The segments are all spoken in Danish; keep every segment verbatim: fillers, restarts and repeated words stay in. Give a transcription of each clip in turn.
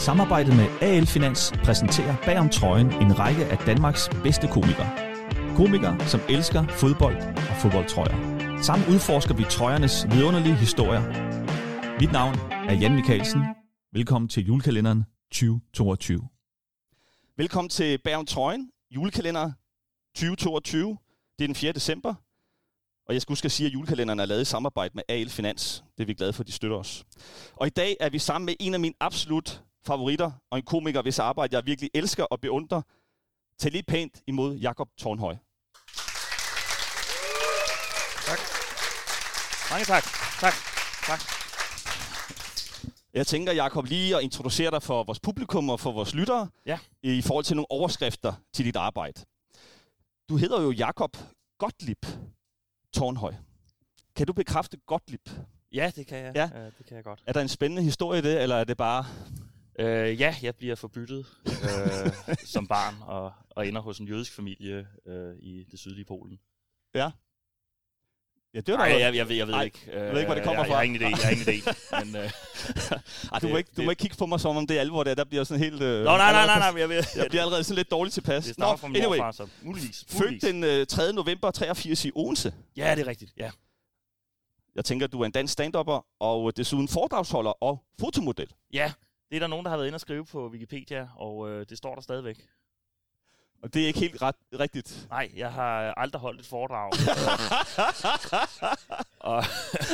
Samarbejdet med A L Finans præsenterer Bagom Trøjen en række af Danmarks bedste komikere. Komikere, som elsker fodbold og fodboldtrøjer. Sammen udforsker vi trøjernes vidunderlige historier. Mit navn er Jan Michaelsen. Velkommen til julekalenderen tyve toogtyve. Velkommen til Bagom Trøjen, julekalender tyve toogtyve. Det er den fjerde december. Og jeg skal huske at sige, at julekalenderen er lavet i samarbejde med A L Finans. Det er vi glade for, at de støtter os. Og i dag er vi sammen med en af mine absolut favoritter, og en komiker, hvis arbejde jeg virkelig elsker og beundrer. Tag lige pænt imod Jakob Tornhøj. Tak. Mange tak. Tak. Tak. Jeg tænker, Jakob, lige at introducere dig for vores publikum og for vores lyttere, ja. i forhold til nogle overskrifter til dit arbejde. Du hedder jo Jakob Gottlieb Tornhøj. Kan du bekræfte Gottlieb? Ja, det kan jeg. Ja. Uh, det kan jeg godt. Er der en spændende historie i det, eller er det bare... Uh, ja, jeg bliver forbyttet uh, som barn og, og ender hos en jødisk familie uh, i det sydlige Polen. Ja. Ja, det var Nej, jeg, jeg, jeg ved, jeg ved Ej, ikke. Uh, jeg ved ikke, hvor det kommer jeg, fra. Jeg har ingen idé. Jeg har ingen idé. Men, uh, Ej, du, må ikke, du må ikke kigge på mig, som om det er alvor der. Der bliver sådan helt... Uh, Nå, nej, nej, nej, nej. Jeg, ved, jeg bliver allerede sådan lidt dårligt tilpas. Det starter fra min anyway. morfar, så muligvis. Født den uh, tredje november treogfirs i Odense. Ja, det er rigtigt. Ja. Jeg tænker, at du er en dansk stand-upper, og desuden foredragsholder og fotomodel. Ja, det er der nogen, der har været inde og skrive på Wikipedia, og øh, det står der stadigvæk. Og det er ikke helt ret, rigtigt. Nej, jeg har aldrig holdt et foredrag. og,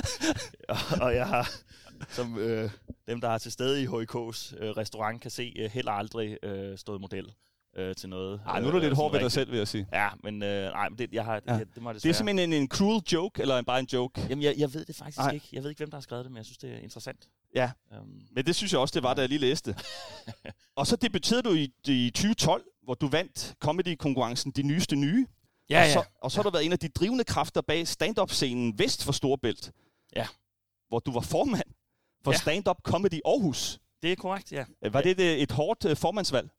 og jeg har, som øh, dem, der er til stede i H I K's øh, restaurant, kan se, øh, heller aldrig øh, stået model øh, til noget. Ej, nu er du øh, lidt hård ved dig selv, vil jeg sige. Ja, men øh, nej, men det, jeg har, ja. det, det må det Det er simpelthen en, en cruel joke, eller bare en joke? Jamen, jeg, jeg ved det faktisk Ej. ikke. Jeg ved ikke, hvem der har skrevet det, men jeg synes, det er interessant. Ja, um, men det synes jeg også, det var, da jeg lige læste. Og så debuterede du i, i tyve tolv, hvor du vandt comedy-konkurrencen De Nyeste Nye. Ja, og så, ja. og så har du været en af de drivende kræfter bag stand-up-scenen vest for Storebælt. Ja. Hvor du var formand for ja. Stand-up Comedy Aarhus. Det er korrekt, ja. Var det et, et hårdt uh, formandsvalg?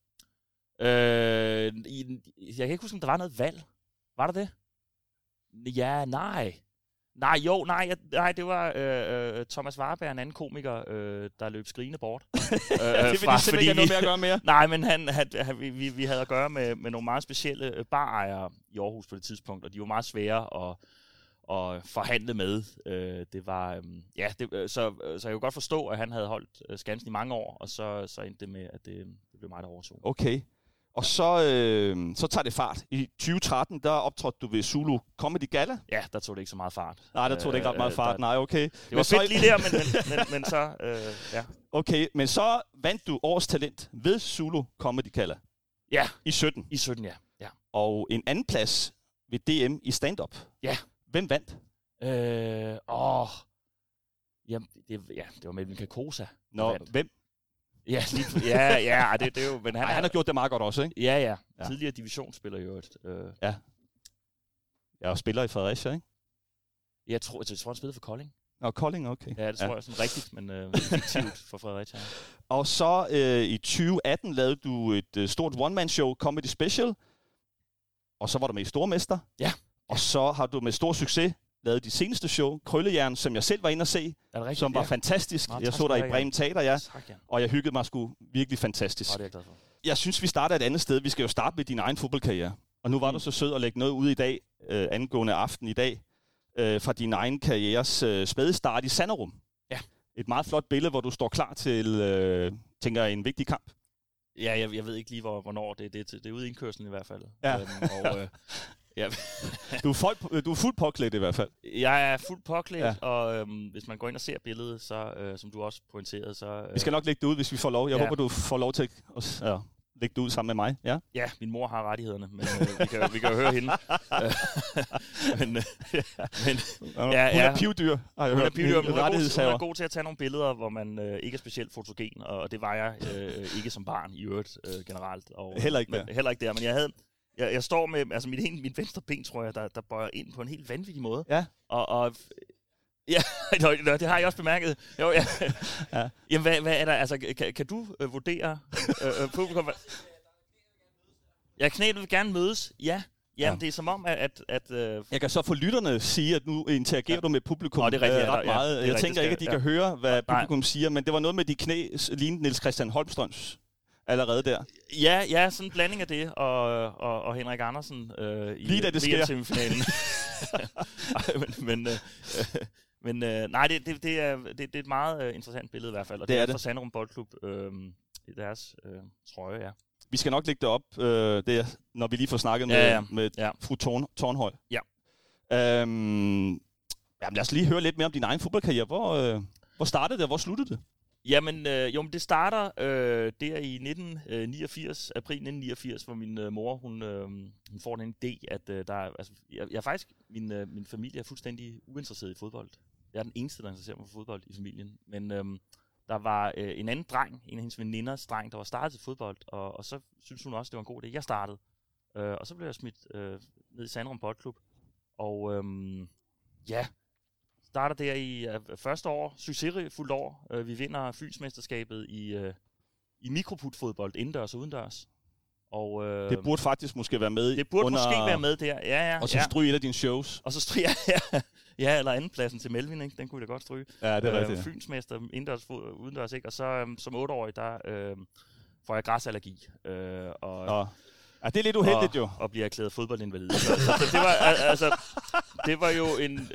Øh, i, jeg kan ikke huske, om der var noget valg. Var der det? Ja, nej. Nej, jo, nej, jeg, nej det var øh, Thomas Warberg, en anden komiker, øh, der løb skrigende bort. øh, det vil de simpelthen ikke have noget med at gøre mere. Nej, men han, han, han, vi, vi havde at gøre med, med nogle meget specielle barejere i Aarhus på det tidspunkt, og de var meget svære at, at forhandle med. Øh, det var, øh, ja, det, så, så jeg kunne godt forstå, at han havde holdt øh, Skansen i mange år, og så, så endte det med, at det, det blev mig, der overtog. Okay. Og så, øh, så tager det fart. I tyve tretten, der optrådte du ved Zulu Comedy Galla. Ja, der tog det ikke så meget fart. Nej, der tog det ikke ret meget fart. Nej, okay. Det var men fedt så... lige der, men, men, men, men så, øh, ja. Okay, men så vandt du Årets Talent ved Zulu Comedy Galla. Ja. I sytten. I sytten, ja. ja. Og en anden plads ved D M i stand-up. Ja. Hvem vandt? Øh, åh. Jamen, det, ja, det var Melvin Kakosa. Nå, hvem? Ja, lige, ja, ja, det, det er jo... Men han, Ej, han har gjort det meget godt også, ikke? Ja, ja. ja. Tidligere divisionsspiller jo et... Øh. Ja. Jeg er spiller i Fredericia, ikke? Jeg tror, jeg tror han spillede for Kolding. Nå, Kolding, okay. Ja, det tror ja. jeg sådan rigtigt, men øh, fiktivt for Fredericia. Og så øh, i tyve atten lavede du et øh, stort one-man-show, Comedy Special. Og så var du med i Stormester. Ja. Og så har du med stor succes lavet de seneste show, Krøllejern, som jeg selv var inde at se, rigtigt, som var ja. fantastisk. Nå, jeg så dig i Bremen Teater, ja. Tak, ja. Og jeg hyggede mig sgu virkelig fantastisk. Nå, det er jeg glad for. Jeg synes, vi starter et andet sted. Vi skal jo starte med din egen fodboldkarriere. Og nu var mm. du så sød at lægge noget ud i dag, øh, angående aften i dag, øh, fra din egen karrieres øh, spædestart i Sanderum. Ja. Et meget flot billede, hvor du står klar til, øh, tænker jeg, en vigtig kamp. Ja, jeg, jeg ved ikke lige, hvor, hvornår det er. Det, det er ude i indkørslen i hvert fald. Ja. Øhm, og, øh, ja. du, er folk, du er fuldt påklædt i hvert fald. Jeg er fuldt påklædt, ja. og øhm, hvis man går ind og ser billedet, så, øh, som du også pointerede, så... Øh, vi skal nok lægge det ud, hvis vi får lov. Jeg ja. håber, du får lov til at ja, lægge det ud sammen med mig. Ja, ja min mor har rettighederne, men øh, vi, kan, vi kan jo høre hende. men, øh, men, ja, hun er pivdyr, har jeg hun hørt. Er pivdyr, hun, er god, hun er god god til at tage nogle billeder, hvor man øh, ikke er specielt fotogen, og det var jeg øh, ikke som barn i øvrigt øh, generelt. Og, heller ikke men, der. Heller ikke der, men jeg havde... Jeg, jeg står med, altså mit, mit venstre ben, tror jeg, der, der bøjer ind på en helt vanvittig måde. Ja. Og, og ja, det har jeg også bemærket. Jo, ja. ja. Jamen, hvad, hvad er der, altså, kan, kan du øh, vurdere øh, publikum? Ja, knæet vil gerne mødes, ja. Jamen, ja. Det er som om, at... at, at øh... Jeg kan så for lytterne sige, at nu interagerer ja. du med publikum oh, det er rigtigt, øh, ret ja, meget. ja, jeg rigtigt, tænker ikke, at de ja. kan høre, hvad Nej. publikum siger, men det var noget med de knæ, lignende Niels Christian Holmstrøms allerede der. Ja, ja, sådan en blanding af det, og, og, og Henrik Andersen øh, i lige da det sker. semifinalen. men men, øh, men øh, nej, det, det, det, er, det, det er et meget øh, interessant billede i hvert fald, og det, det er, er fra Sanderum Boldklub øh, i deres øh, trøje, ja. Vi skal nok lægge det op, øh, det er, når vi lige får snakket med, ja, ja. med ja. fru Torn, Tornhøj. Ja. Øhm, jamen, lad os lige høre lidt mere om din egen fodboldkarriere. Hvor, øh, hvor startede det, og hvor sluttede det? Jamen, øh, jo, men det starter øh, der i nitten niogfirs, april nitten niogfirs, hvor min øh, mor, hun, øh, hun får den idé, at øh, der er, altså, jeg, jeg er faktisk, min, øh, min familie er fuldstændig uinteresseret i fodbold. Jeg er den eneste, der interesserer mig for fodbold i familien. Men øh, der var øh, en anden dreng, en af hendes veninders dreng, der var startet til fodbold, og, og så synes hun også, det var en god idé. Jeg startede, øh, og så blev jeg smidt øh, ned i Sanderum Boldklub. Og øh, ja... starter der i øh, første år, succesfuldt år. Øh, vi vinder Fynsmesterskabet i, øh, i mikroputfodbold, indendørs og udendørs. Og, øh, det burde faktisk måske være med. Det burde under... måske være med der, ja, ja. Og så ja. stryge et af dine shows. Og så stryge, ja, ja, eller andenpladsen til Melvin, ikke? Den kunne vi da godt stryge. Ja, det er rigtigt. Øh, Fynsmester, indendørs, udendørs, ikke? Og så øh, som otteårig, der øh, får jeg græsallergi. Øh, og, Nå. Ja, det er lidt uheldigt og, jo. Og bliver erklæret fodboldinvalid. så, så, så det var, altså, det var jo en...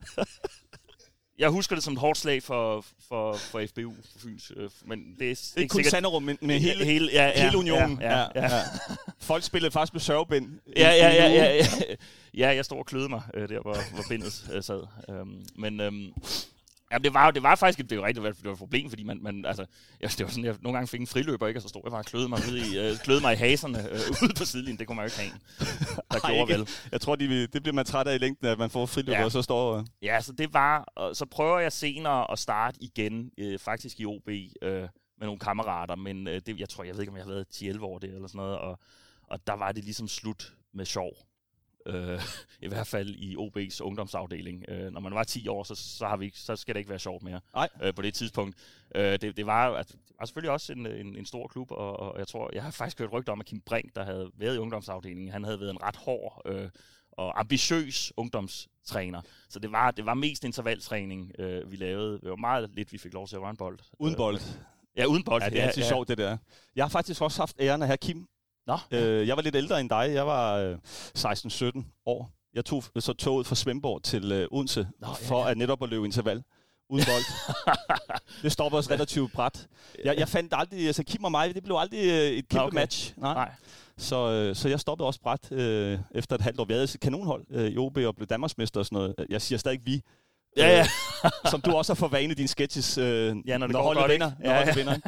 Jeg husker det som et hårdt slag for, for, for F B U, for Fyns, øh, men det er ikke, ikke kun Sanderum, men, men hele, hele, ja, ja, hele unionen. Ja, ja, ja. Ja. Folk spillede faktisk med sørgebind. Ja, ja, ja, ja, ja. Ja, jeg stod og kløede mig øh, der, hvor, hvor bindet øh, sad. Øhm, men øhm, ja, det var det var faktisk et, det var rigtig det var et problem, fordi man, man altså, jeg, det var sådan, jeg nogle gange fik en friløber, ikke, og så stod jeg bare og kløede mig ude i, øh, kløede mig i haserne øh, ude på sidelinjen. Det kunne man jo ikke have en, der Ej, gjorde ikke. vel. Jeg tror, de, det bliver man træt af i længden, at man får friløber, ja. Og så står... Øh. Ja, så det var... Og så prøver jeg senere at starte igen, øh, faktisk i O B, øh, med nogle kammerater, men øh, det, jeg tror, jeg ved ikke, om jeg har været ti elleve år det, eller sådan noget, og, og der var det ligesom slut med sjov. Uh, I hvert fald i O B's ungdomsafdeling. Uh, når man var ti år, så, så, har vi ikke, så skal det ikke være sjovt mere uh, på det tidspunkt. Uh, det, det, var, altså, det var selvfølgelig også en, en, en stor klub, og, og jeg tror, jeg har faktisk hørt rygter om, at Kim Brink, der havde været i ungdomsafdelingen, han havde været en ret hård uh, og ambitiøs ungdomstræner. Så det var, det var mest intervaltræning, uh, vi lavede. Det var meget lidt, vi fik lov til at røre en bold. Uden bold. Uh, ja, uden bold. Ja, det er altid ja, sjovt, det der. Jeg har faktisk også haft æren af at have Kim. Nå, ja. øh, jeg var lidt ældre end dig. Jeg var øh, seksten sytten år. Jeg tog så toget fra Svendborg til øh, Odense Nå, ja, for at netop at løbe interval uden bold. Det stopper os relativt bræt. Jeg, jeg fandt aldrig, altså Kim og mig, det blev aldrig øh, et kæmpe okay. match. Nej. Nej. Så, øh, så jeg stoppede også bræt øh, efter et halvt år. Vi havde et kanonhold øh, i O B og blev Danmarksmester og sådan noget. Jeg siger stadig vi. Ja, ja. Som du også har for vane i dine sketches, øh, ja, når det når går godt, vinder. Ja, ja. vinder.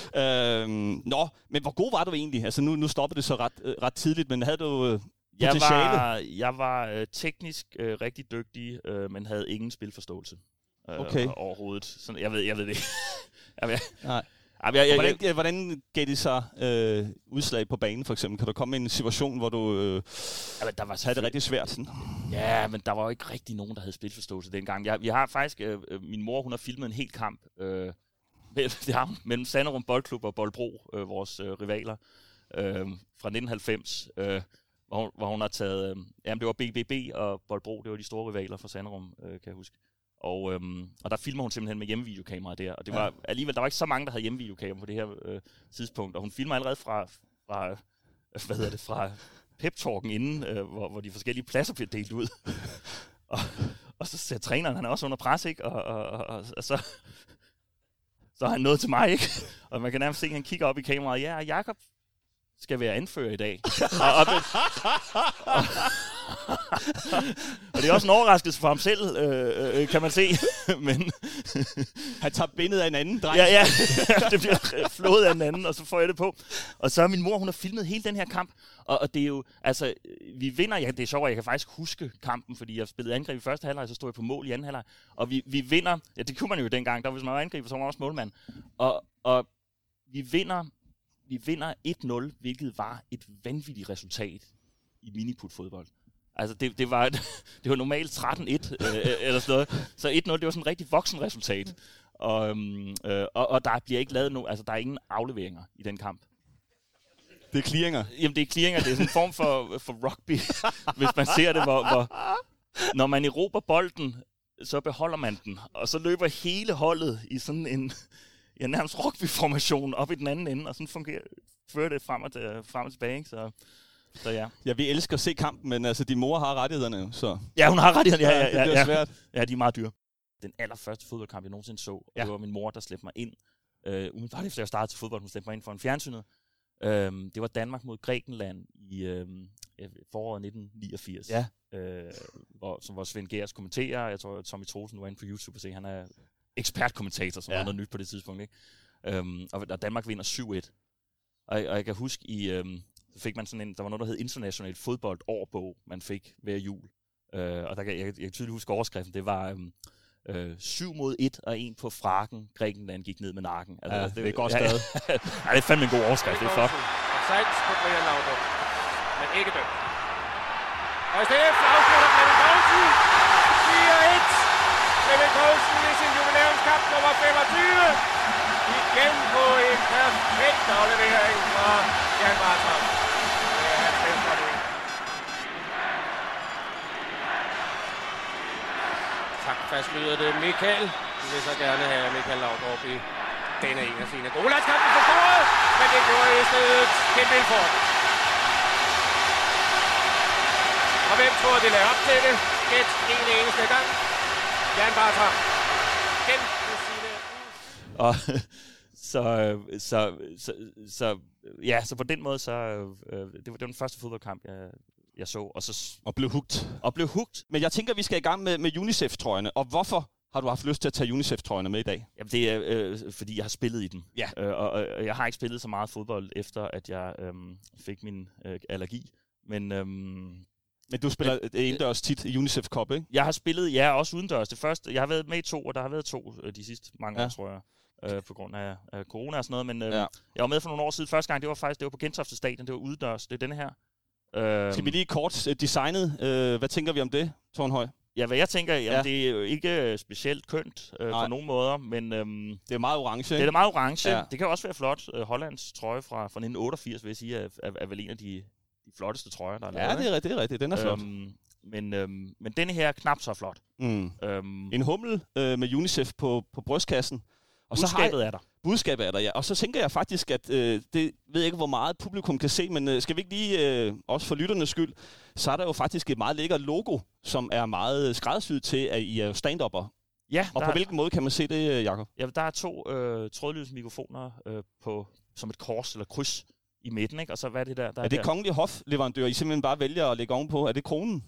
øhm, nå, men hvor god var du egentlig? Altså nu, nu stoppede det så ret, øh, ret tidligt, men havde du øh, jeg var, jeg var øh, teknisk øh, rigtig dygtig, øh, men havde ingen spilforståelse øh, okay. overhovedet. Sådan, jeg ved, jeg ved det ikke. jeg, Nej. Jeg, jeg, jeg, hvordan, jeg, hvordan gav det sig øh, udslag på banen, for eksempel? Kan du komme i en situation, hvor du øh, jamen, der var havde det rigtig svært? Sådan? Ja, men der var jo ikke rigtig nogen, der havde spilforståelse dengang. Jeg, vi har faktisk... Øh, min mor, hun har filmet en hel kamp øh, det har, mellem Sanderum Boldklub og Boldbro, øh, vores øh, rivaler, øh, fra nitten halvfems, øh, hvor, hun, hvor hun har taget... Øh, jamen, det var B B B og Boldbro, det var de store rivaler fra Sanderum, øh, kan jeg huske. Og, øhm, og der filmer hun simpelthen med hjemmevideokamera der. Og det var ja. alligevel, der var ikke så mange, der havde hjemmevideokamera på det her øh, tidspunkt. Og hun filmer allerede fra, fra hvad hedder det, fra pep-talken inden, øh, hvor, hvor de forskellige pladser bliver delt ud. og, og så ser træneren, han er også under pres, ikke? Og, og, og, og, og så, så har han noget til mig, ikke? Og man kan nærmest se, at han kigger op i kameraet. Ja, Jakob skal være anfører i dag. og, og, og, og det er også en overraskelse for ham selv, øh, øh, kan man se. Men han tager bindet af en anden dreng. Ja, ja. Det bliver flået af en anden, og så får jeg det på. Og så er min mor, hun har filmet hele den her kamp. Og, og det er jo, altså, vi vinder, ja, det er sjovt, jeg kan faktisk huske kampen, fordi jeg spillede angreb i første halvleg, så stod jeg på mål i anden halvleg. Og vi, vi vinder, ja, det kunne man jo dengang, der hvis man var angriber, så var man også målmand. Og, og vi vinder, vi vinder et nul, hvilket var et vanvittigt resultat i miniputfodbold. Altså, det, det, var, det var normalt tretten et, øh, eller sådan noget. Så et nul, det var sådan et rigtig voksen resultat. Og, øh, og, og der bliver ikke lavet no, altså der er ingen afleveringer i den kamp. Det er clearinger. Jamen, det er clearinger. Det er sådan en form for, for rugby, hvis man ser det, hvor, hvor når man erobrer bolden, så beholder man den, og så løber hele holdet i sådan en ja, nærmest rugby-formation op i den anden ende, og sådan fungerer, fører det frem og, til, frem og tilbage, ikke? Så, så ja. Ja, vi elsker at se kampen, men altså, din mor har rettighederne, så... Ja, hun har rettighederne, ja, ja, ja. Det bliver ja. svært. Ja, de er meget dyre. Den allerførste fodboldkamp, jeg nogensinde så, ja. det var min mor, der slæbte mig ind. Uh, umiddelbart efter jeg startede til fodbold, hun slæbte mig ind for en fjernsynet. Uh, det var Danmark mod Grækenland i uh, foråret nitten niogfirs. Ja. Uh, hvor, som var Svend Gers kommenterer. Jeg tror, Tommy Troelsen var inde på YouTube og se, han er ekspertkommentator, som ja. var noget nyt på det tidspunkt. Ikke? Um, og Danmark vinder syv et. Og, og jeg kan huske, i, um, så fik man sådan en, der var noget, der hed International Fodbold-årbog, man fik hver jul. Uh, og der kan, jeg, jeg kan tydeligt huske overskriften, det var... Um, Øh, syv mod et og en på frakken. Grækenland gik ned med nakken. Altså, ja, det, det er godt stadig. Ja, ja, det er fandme en god overskrift. Det er flot. Offside på Brian Laudrup, men ikke dømt. Og S D F afslutter Flemming Poulsen. fire et. Flemming Poulsen i sin jubilæumskamp nummer femogtyve. Igen på en perfekt aflevering fra Jan Bartram. Det er hans venstre del. Tak, fast lyder det Michael. Vi vil så gerne have Michael Laudrup i denne en af sine gode landskampe for scoret, men det gjorde i stedet Ken Vilfort. Og hvem tror, de lader op til det? Gæt en eneste gang. Jan Bartram. Ken med sine... Og så, så, så, så, ja, så på den måde, så, øh, det, var, det var den første fodboldkamp, jeg... jeg så, og så... Og blev hugt. Og blev hugt. Men jeg tænker, vi skal i gang med, med UNICEF-trøjerne. Og hvorfor har du haft lyst til at tage UNICEF-trøjerne med i dag? Jamen, det er, øh, fordi jeg har spillet i den. Ja. Øh, og, og jeg har ikke spillet så meget fodbold, efter at jeg øh, fik min øh, allergi. Men... Øh, Men du spiller øh, indendørs tit i UNICEF Cup, ikke? Jeg har spillet, ja, også udendørs. Det første, jeg har været med i to, og der har været to øh, de sidste mange ja. år, tror jeg. Øh, på grund af øh, corona og sådan noget. Men øh, ja. jeg var med for nogle år siden. Første gang, det var faktisk det var på Gentofte Stadion. Det var udendørs. Det er denne her. Øhm. Skal vi lige kort uh, designet? Uh, hvad tænker vi om det, Tornhøj? Ja, hvad jeg tænker, jamen, ja. det er jo ikke specielt kønt uh, på nogen måder, men... Um, det er meget orange, Det er meget orange. Ja. Det kan også være flot. Uh, Hollands trøje fra, fra nitten otteogfirs, vil jeg sige, er, er, er vel en af de, de flotteste trøjer, der er lavet. Ja, det er rigtigt, det er rigtigt. Den er flot. Um, men, um, men denne her er knap så flot. Mm. Um, en hummel uh, med UNICEF på, på brystkassen. Og budskabet jeg, er der. Budskabet er der, ja. Og så tænker jeg faktisk, at øh, det ved jeg ikke, hvor meget publikum kan se, men øh, skal vi ikke lige, øh, også for lytternes skyld, så er der jo faktisk et meget lækkert logo, som er meget skræddersyet til, at I er stand-upper. Ja. Og på er, hvilken måde kan man se det, Jakob? Ja, der er to øh, trådløse mikrofoner øh, på, som et kors eller kryds i midten, ikke? Og så hvad er det der? der er det der? kongelige hofleverandør, I simpelthen bare vælger at lægge ovenpå? Er det kronen?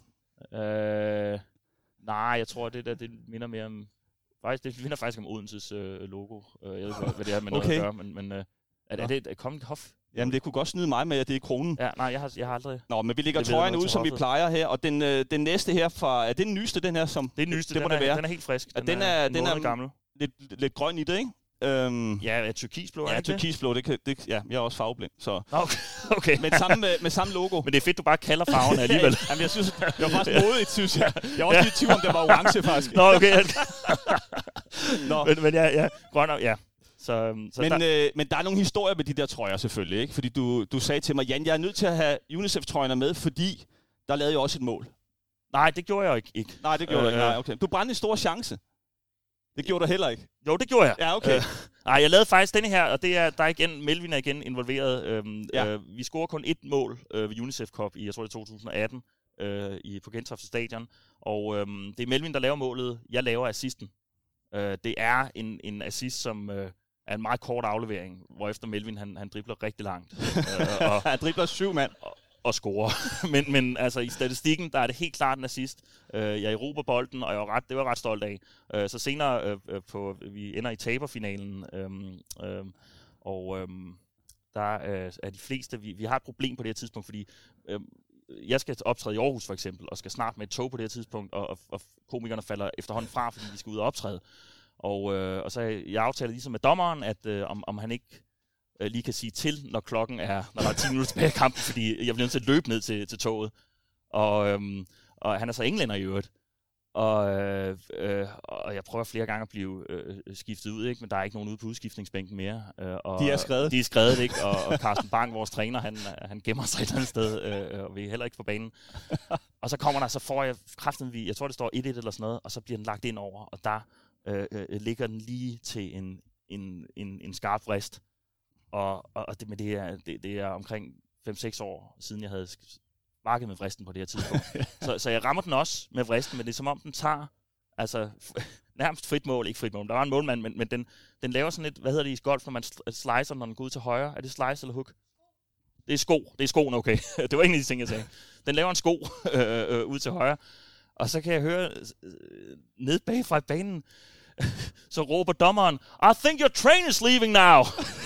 Øh, nej, jeg tror, det der det minder mere om... Faktisk, det minder faktisk om Odenses øh, logo. Jeg ved ikke, hvad det er med okay. noget at gøre, men, men øh, er, er det et kongeligt hof? Jamen, det kunne godt snyde mig med, at det er kronen. Ja, nej, jeg har, jeg har aldrig... Nå, men vi lægger trøjen ud, som vi plejer her, og den, øh, den næste her fra... Er det den nyeste, den her? Som, det er den nyeste, det den, må er, det være. Den er helt frisk. Den, den er, er, den er gammel. Lidt, lidt grøn i det, ikke? Øhm, ja, turkisblå, ja, turkisblå, det kan, det, ja, jeg er også farveblind, så... Okay, okay. Men samme, med, med samme logo. Men det er fedt, du bare kalder farven alligevel. Jamen, jeg synes, det var faktisk modigt, synes jeg. Jeg var også lidt i tvivl, om det var orange, faktisk. Nå, okay. Nå. Men, men ja, ja, grøn og, ja. Så, så men, der... Øh, men der er nogle historier med de der trøjer selvfølgelig, ikke? Fordi du, du sagde til mig, Jan, jeg er nødt til at have UNICEF-trøjerne med, fordi der lavede jeg også et mål. Nej, det gjorde jeg ikke. Nej, det gjorde øh, jeg ikke. Nej, okay. Du brændte en stor chance. Det gjorde du heller ikke. Jo, det gjorde jeg. Ja, okay. Øh, nej, jeg lavede faktisk denne her, og det er, der er igen, Melvin er igen involveret. Øhm, ja. øh, vi scorer kun ét mål øh, ved UNICEF Cup i, jeg tror det er to tusind atten, øh, i, på Gentofte Stadion. Og øhm, det er Melvin, der laver målet. Jeg laver assisten. Øh, det er en, en assist, som øh, er en meget kort aflevering, hvorefter Melvin han, han dribler rigtig langt. øh, og, han dribler syv mand. Og, og score. men, men altså i statistikken, der er det helt klart en assist. Uh, jeg erobrer bolden, og jeg var ret, det var jeg ret stolt af. Uh, så senere, uh, på, vi ender i taberfinalen, um, um, og um, der uh, er de fleste, vi, vi har et problem på det her tidspunkt, fordi um, jeg skal optræde i Aarhus for eksempel, og skal snart med et tog på det her tidspunkt, og, og, og komikerne falder efterhånden fra, fordi de skal ud og optræde. Og, uh, og så jeg aftaler ligesom med dommeren, at uh, om, om han ikke lige kan sige til, når klokken er, når der er ti minutter tilbage i kampen, fordi jeg bliver nødt til at løbe ned til, til toget. Og, øhm, og han er så englænder i øvrigt. Og, øh, øh, og jeg prøver flere gange at blive øh, skiftet ud, ikke? Men der er ikke nogen ude på udskiftningsbænken mere. Øh, og, De er skrevet. De er skrevet, ikke? Og, og Carsten Bang, vores træner, han, han gemmer sig et eller andet sted, øh, og vi er heller ikke på banen. Og så kommer der, så får jeg kraften, vi, jeg tror, det står et et eller sådan noget, og så bliver den lagt ind over, og der øh, øh, ligger den lige til en, en, en, en skarp vrist. Og, og det, men det er, det, det er omkring fem seks år siden, jeg havde sparket med vristen på det her tidspunkt. så, så jeg rammer den også med vristen, men det er som om, den tager altså nærmest frit mål, ikke frit mål. Der var en målmand, men, men den, den laver sådan et, hvad hedder det i golf, når man slicer, når den går ud til højre. Er det slice eller hook? Det er sko. Det er skoen, okay. Det var en af de ting, jeg sagde. Den laver en sko øh, øh, ud til højre. Og så kan jeg høre øh, ned bagfra i banen, så råber dommeren, I think your train is leaving now.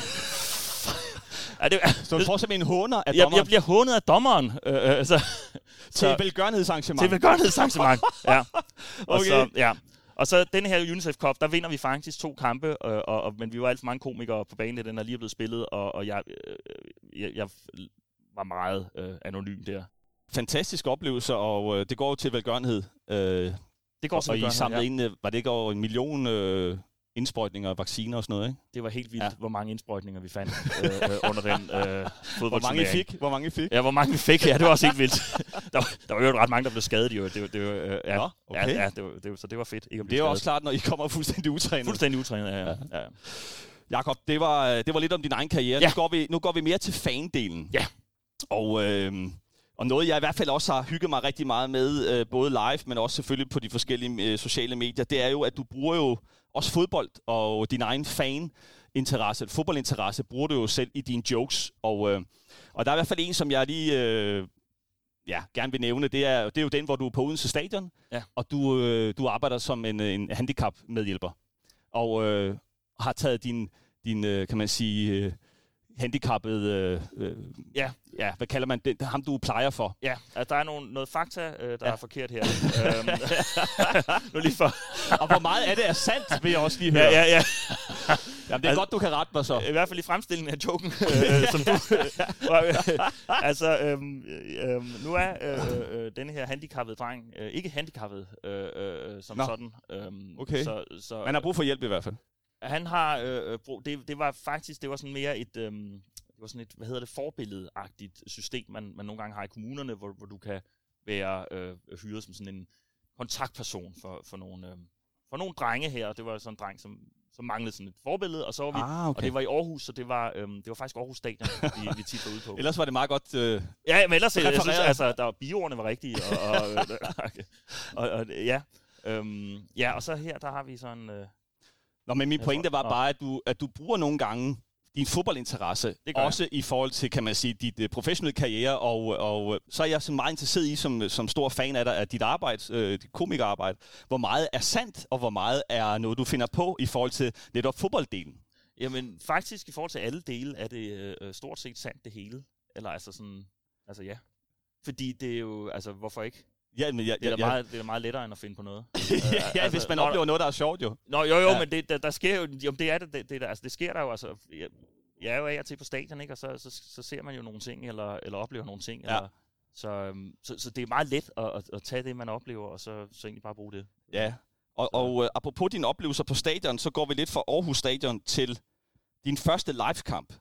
Ja, det, så du får simpelthen en håner af jeg, dommeren? Jeg bliver hånet af dommeren. Øh, øh, så, til velgørenhedsarrangement? Til velgørenhedsarrangement, ja. Og, okay. så, ja. Og så den her UNICEF Cup, der vinder vi faktisk to kampe, øh, og, og, men vi var alt for mange komikere på banen, den er lige blevet spillet, og, og jeg, øh, jeg, jeg var meget øh, anonym der. Fantastisk oplevelse, og øh, det går jo til velgørenhed. Øh, det går til velgørenhed, og I samlede ja. ind, var det ikke over en million øh, indsprøjtninger og vacciner og sådan noget, ikke? Det var helt vildt, ja. hvor mange indsprøjtninger vi fandt øh, øh, under den øh, fodboldturnering. Hvor mange I fik? Hvor mange I fik? Ja, hvor mange vi fik, ja, det var også helt vildt. der, var, der var jo ret mange, der blev skadet, jo. Det var, det var, øh, ja, Nå, okay. ja, ja det var, det var, så det var fedt. Ikke det er jo også klart, når I kommer fuldstændig utrænet. Fuldstændig utrænet, ja. ja. ja. Jakob, det var, det var lidt om din egen karriere. Ja. Nu, går vi, nu går vi mere til fan-delen. Ja. Og... Øh, Og noget, jeg i hvert fald også har hygget mig rigtig meget med, øh, både live, men også selvfølgelig på de forskellige øh, sociale medier, det er jo, at du bruger jo også fodbold og din egen fan-interesse, fodboldinteresse, bruger du jo selv i dine jokes. Og, øh, og der er i hvert fald en, som jeg lige øh, ja, gerne vil nævne, det er, det er jo den, hvor du er på Odense Stadion, ja. og du, øh, du arbejder som en, en handicap-medhjælper. Og øh, har taget din, din øh, kan man sige... Øh, handicappet, øh, øh, ja. ja, hvad kalder man det, ham du plejer for? Ja, altså, der er nogle, noget fakta, øh, der ja. er forkert her. øhm, nu lige for. Og hvor meget af det er sandt, vil jeg også lige høre. Ja, ja, ja. Jamen, det er altså, godt, du kan rette mig så. I hvert fald i fremstillingen af joken, øh, som du... øh, altså, øhm, øh, nu er øh, øh, denne her handicappede dreng øh, ikke handicappet øh, øh, som Nå. sådan. Øh, okay. Så, så, man har brug for hjælp i hvert fald. Han har øh, brug, det, det var faktisk det var sådan mere et øh, det var sådan et hvad hedder det forbilledagtigt system man man nogle gange har i kommunerne, hvor hvor du kan være øh, hyret som sådan en kontaktperson for for nogle øh, for nogle drenge her. Det var sådan en dreng som som manglede sådan et forbillede, og så var vi ah, okay. og det var i Aarhus, så det var øh, det var faktisk Aarhus Stadion, vi, vi tit var ude på. Ellers var det meget godt. Øh, ja, men ellers jeg synes, altså der bioordene var rigtige og og, og, og, og ja øhm, ja og så her der har vi sådan øh, Nå, men min pointe var bare, at du, at du bruger nogle gange din fodboldinteresse, også jeg. I forhold til, kan man sige, dit uh, professionelle karriere, og, og så er jeg så meget interesseret i, som, som stor fan af dig, af dit arbejde, øh, dit komikerarbejde. Hvor meget er sandt, og hvor meget er noget, du finder på i forhold til netop fodbolddelen? Jamen, faktisk i forhold til alle dele, er det øh, stort set sandt det hele. Eller altså sådan, altså ja. Fordi det er jo, altså hvorfor ikke? Ja, men jeg, det, er jeg, meget, det er meget lettere end at finde på noget. ja, altså, hvis man når, oplever noget, der er sjovt jo. Nå, jo, jo, ja. men det, der, der sker jo, jo, det er det, det, det, der, altså det sker der jo, altså, jeg, jeg er jo af og til på stadion, ikke, og så, så, så ser man jo nogle ting, eller, eller oplever nogle ting, ja. eller, så, så, så det er meget let at, at, at tage det, man oplever, og så, så egentlig bare bruge det. Ja, og, og uh, apropos dine oplevelser på stadion, så går vi lidt fra Aarhus Stadion til din første livekamp,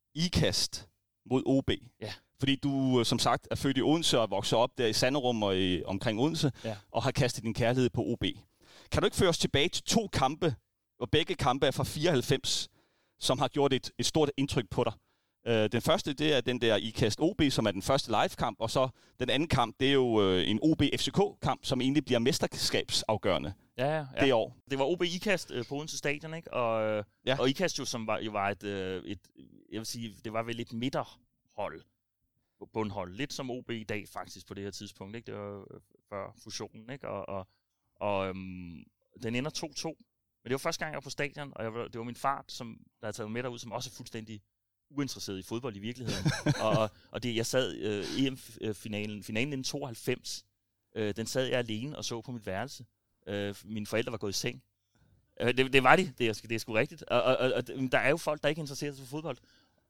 IKAST mod O B. Ja. Fordi du, som sagt, er født i Odense og vokset op der i Sanderum og i, omkring Odense, ja. Og har kastet din kærlighed på O B. Kan du ikke føre os tilbage til to kampe, og begge kampe er fra fireoghalvfems, som har gjort et, et stort indtryk på dig? Uh, den første, det er den der IKAST O B, som er den første live-kamp, og så den anden kamp, det er jo uh, en O B F C K-kamp, som egentlig bliver mesterskabsafgørende. Ja, ja. Det år. Det var O B IKAST øh, på Odense Stadion, ikke? Og, ja. og IKAST jo, som var, jo var et, øh, et, jeg vil sige, det var vel et midterhold, bundhold. Lidt som O B i dag faktisk på det her tidspunkt, ikke? Det var øh, før fusionen, ikke? Og, og, og øhm, den ender to to. Men det var første gang, jeg var på stadion, og jeg var, det var min far, som der havde taget med derud, som også er fuldstændig uinteresseret i fodbold i virkeligheden. og, og det, jeg sad øh, E M-finalen, finalen i nitten tooghalvfems, øh, den sad jeg alene og så på mit værelse. Øh, mine forældre var gået i seng. Øh, det, det var de, det er, det er sgu rigtigt. Og, og, og der er jo folk, der ikke interesserer sig for fodbold.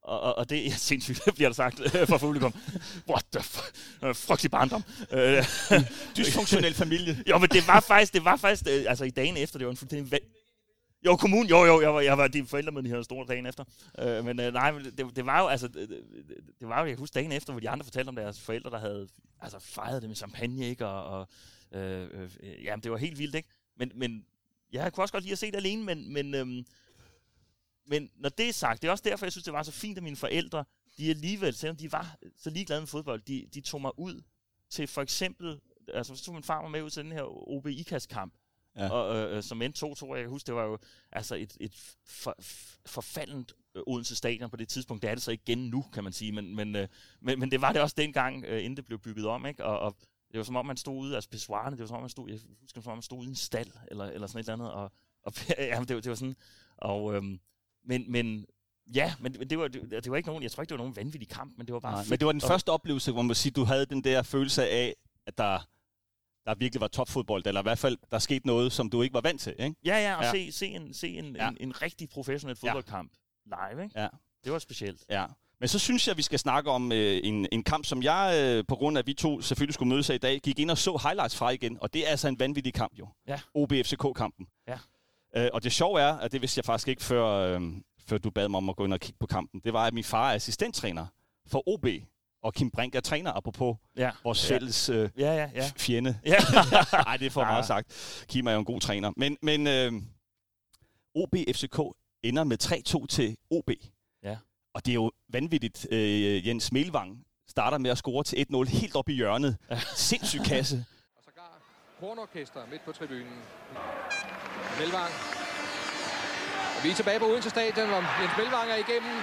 Og, og, og det er sindssygt, bliver der sagt fra publikum. What the fuck? Frygtelig barndom. Dysfunktionel familie. Jo, men det var faktisk, det var faktisk, altså i dagen efter, det var en fuldstændig... Jo, kommunen, jo, jo, jeg var, jeg var de forældremøderne, de havde store dagen efter. Øh, men øh, nej, det, det var jo, altså, det, det var jo, jeg kan huske dagen efter, hvor de andre fortalte om deres forældre, der havde, altså, fejret det med champagne, ikke, og, og øh, øh, jamen, det var helt vildt, ikke? Men, men jeg kunne også godt lide at se det alene, men, men, øhm, men når det er sagt, det er også derfor, jeg synes, det var så fint, at mine forældre, de alligevel, selvom de var så ligeglade med fodbold, de, de tog mig ud til for eksempel, altså så tog min far mig med ud til den her O B I K A S-kamp, ja. og, øh, som endte to to, jeg kan huske, det var jo altså et, et for, forfaldent Odense Stadion på det tidspunkt. Det er det så igen nu, kan man sige, men, men, øh, men, men det var det også dengang, øh, inden det blev bygget om, ikke? Og, og det var som om, man stod ude, altså pissoirerne, det var som om, man stod, jeg husker, som om man stod ude i en stald, eller, eller sådan et eller andet, og, og ja, det, var, det var sådan, og, øhm, men, men, ja, men det var, det, det var ikke nogen, jeg tror ikke, det var nogen vanvittig kamp, men det var bare Nej, fedt. Men det var den første oplevelse, hvor man sige, du havde den der følelse af, at der, der virkelig var topfodbold, eller i hvert fald, der skete noget, som du ikke var vant til, ikke? Ja, ja, og ja. se, se, en, se en, ja. en, en rigtig professionel fodboldkamp ja. live, ikke? Ja. Det var specielt. Ja. Men så synes jeg, vi skal snakke om øh, en, en kamp, som jeg, øh, på grund af, at vi to selvfølgelig skulle mødes af i dag, gik ind og så highlights fra igen. Og det er altså en vanvittig kamp jo. Ja. O B F C K-kampen. Ja. Øh, og det sjove er, at det vidste jeg faktisk ikke, før, øh, før du bad mig om at gå ind og kigge på kampen. Det var, at min far er assistenttræner for O B, og Kim Brink er træner, apropos ja. vores fælles øh, ja, ja, ja. fjende. Ja. Ej, det er for ja. meget sagt. Kim er jo en god træner. Men, men øh, O B F C K ender med tre to til O B. Ja. Og det er jo vanvittigt. Øh, Jens Melvang starter med at score til et nul helt op i hjørnet. Sindssyg kasse. Og sågar hornorkester midt på tribunen. Melvang. Og vi er tilbage på Odense Stadion, hvor Jens Melvang er igennem.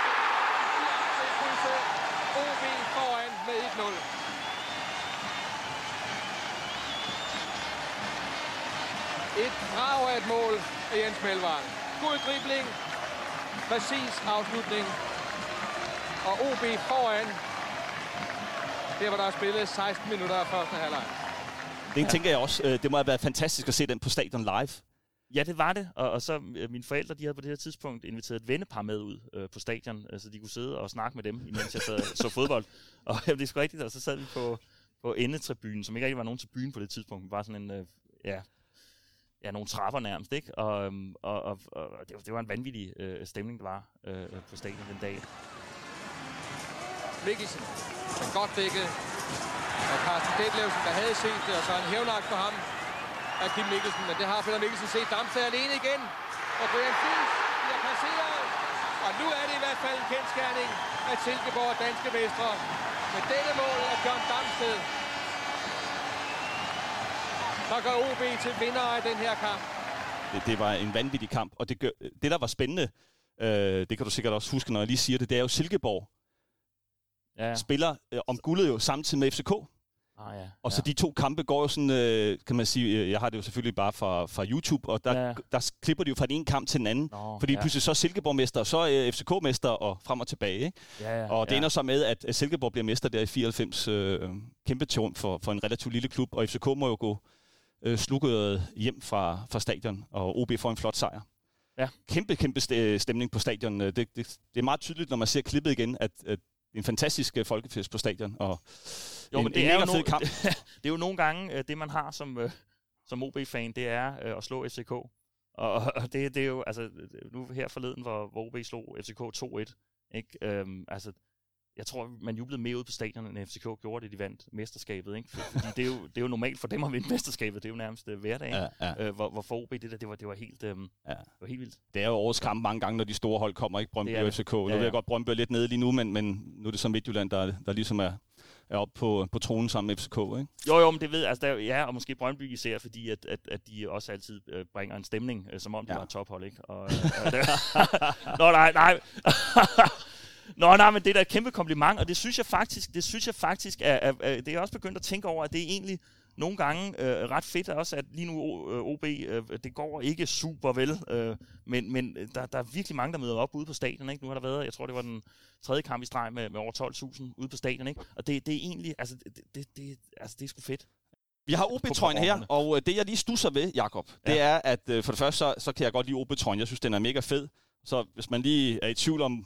O B foran med et nul. Et brag af et mål af Jens Melvang. God dribling. Præcis afslutning. Og O B foran. Der var der spillet seksten minutter af første halvleg. Det ja. tænker jeg også. Det må have været fantastisk at se den på stadion live. Ja, det var det. Og, og så mine forældre, de havde på det her tidspunkt inviteret et vennepar med ud øh, på stadion, så de kunne sidde og snakke med dem, imens jeg sad, så fodbold. Og ja, det er sgu rigtigt, og så sad vi på, på endetribunen, som ikke rigtig var nogen til byen på det tidspunkt. Bare sådan en, øh, ja... Ja, nogle trapper nærmest, ikke? Og, og, og, og det, var, det var en vanvittig øh, stemning, der var øh, på stadion den dag. Mikkelsen er godt dækket af Carsten Detlevsen, der havde set det, og så en hævnagt for ham af Kim Mikkelsen. Men det har Peter Mikkelsen set. Damsted alene igen, og Brian Friis bliver passeret. Og nu er det i hvert fald en kendsgerning, at Silkeborg er danske mestre. Med dette mål af John Damsted, der gør O B til vinder af den her kamp. Det, det var en vanvittig kamp, og det, gør, det der var spændende, øh, det kan du sikkert også huske, når jeg lige siger det, det er jo Silkeborg ja, ja. spiller øh, om guldet jo samtidig med F C K. Ah, ja. Og så ja. de to kampe går jo sådan, øh, kan man sige, jeg har det jo selvfølgelig bare fra, fra YouTube, og der, ja. der klipper de jo fra den ene kamp til den anden. Nå, fordi ja. pludselig så er Silkeborg-mester, og så er øh, F C K-mester, og frem og tilbage. Ikke? Ja, ja, og det ja. ender så med, at Silkeborg bliver mester der i fireoghalvfems. Øh, kæmpe triumf for, for en relativt lille klub, og F C K må jo gå øh, slukket hjem fra, fra stadion, og O B får en flot sejr. Ja. Kæmpe, kæmpe stemning på stadion. Det, det, det er meget tydeligt, når man ser klippet igen, at, at det er en fantastisk folkefest på stadion, og jo, en, men det en er jo fed no- kamp. det er jo nogle gange, det man har som, øh, som O B-fan, det er øh, at slå F C K. Og, og det, det er jo, altså, nu her forleden, hvor, hvor O B slog F C K to et, ikke? Øhm, altså, jeg tror, man jublede mere ud på stadion, end F C K gjorde det, de vandt mesterskabet, ikke? Fordi det er, jo, det er jo normalt for dem at vinde mesterskabet, det er jo nærmest uh, hverdag, ja, ja. Øh, hvor, hvor for O B, det der, det var, det var helt, øhm, ja. det var helt vildt. Det er jo årets kamp mange gange, når de store hold kommer, ikke? Brøndby og F C K. Nu ja, ja. ved jeg godt, Brøndby er lidt nede lige nu, men, men nu er det så Midtjylland, der, der ligesom er, er oppe på, på tronen sammen med F C K, ikke? Jo, jo, men det ved altså, der, ja, og måske Brøndby især, fordi at, at, at de også altid øh, bringer en stemning, øh, som om de ja. var tophold, ikke? Og, øh, og der, Nå, nej, nej. Nå, nej, men det er da et kæmpe kompliment, og det synes jeg faktisk, det synes jeg faktisk er, er, er det er jeg også begyndt at tænke over, at det er egentlig nogle gange øh, ret fedt også, at lige nu O B, øh, det går ikke super vel, øh, men, men der, der er virkelig mange, der møder op ude på stadion, ikke? Nu har der været, jeg tror det var den tredje kamp i streg med, med over tolv tusind ude på stadion, ikke? Og det, det er egentlig, altså det, det, det, altså det er sgu fedt. Vi har O B-trøjen her, og det jeg lige stusser ved, Jakob, det ja. er, at for det første, så, så kan jeg godt lide O B-trøjen. Jeg synes, den er mega fed. Så hvis man lige er i tvivl om,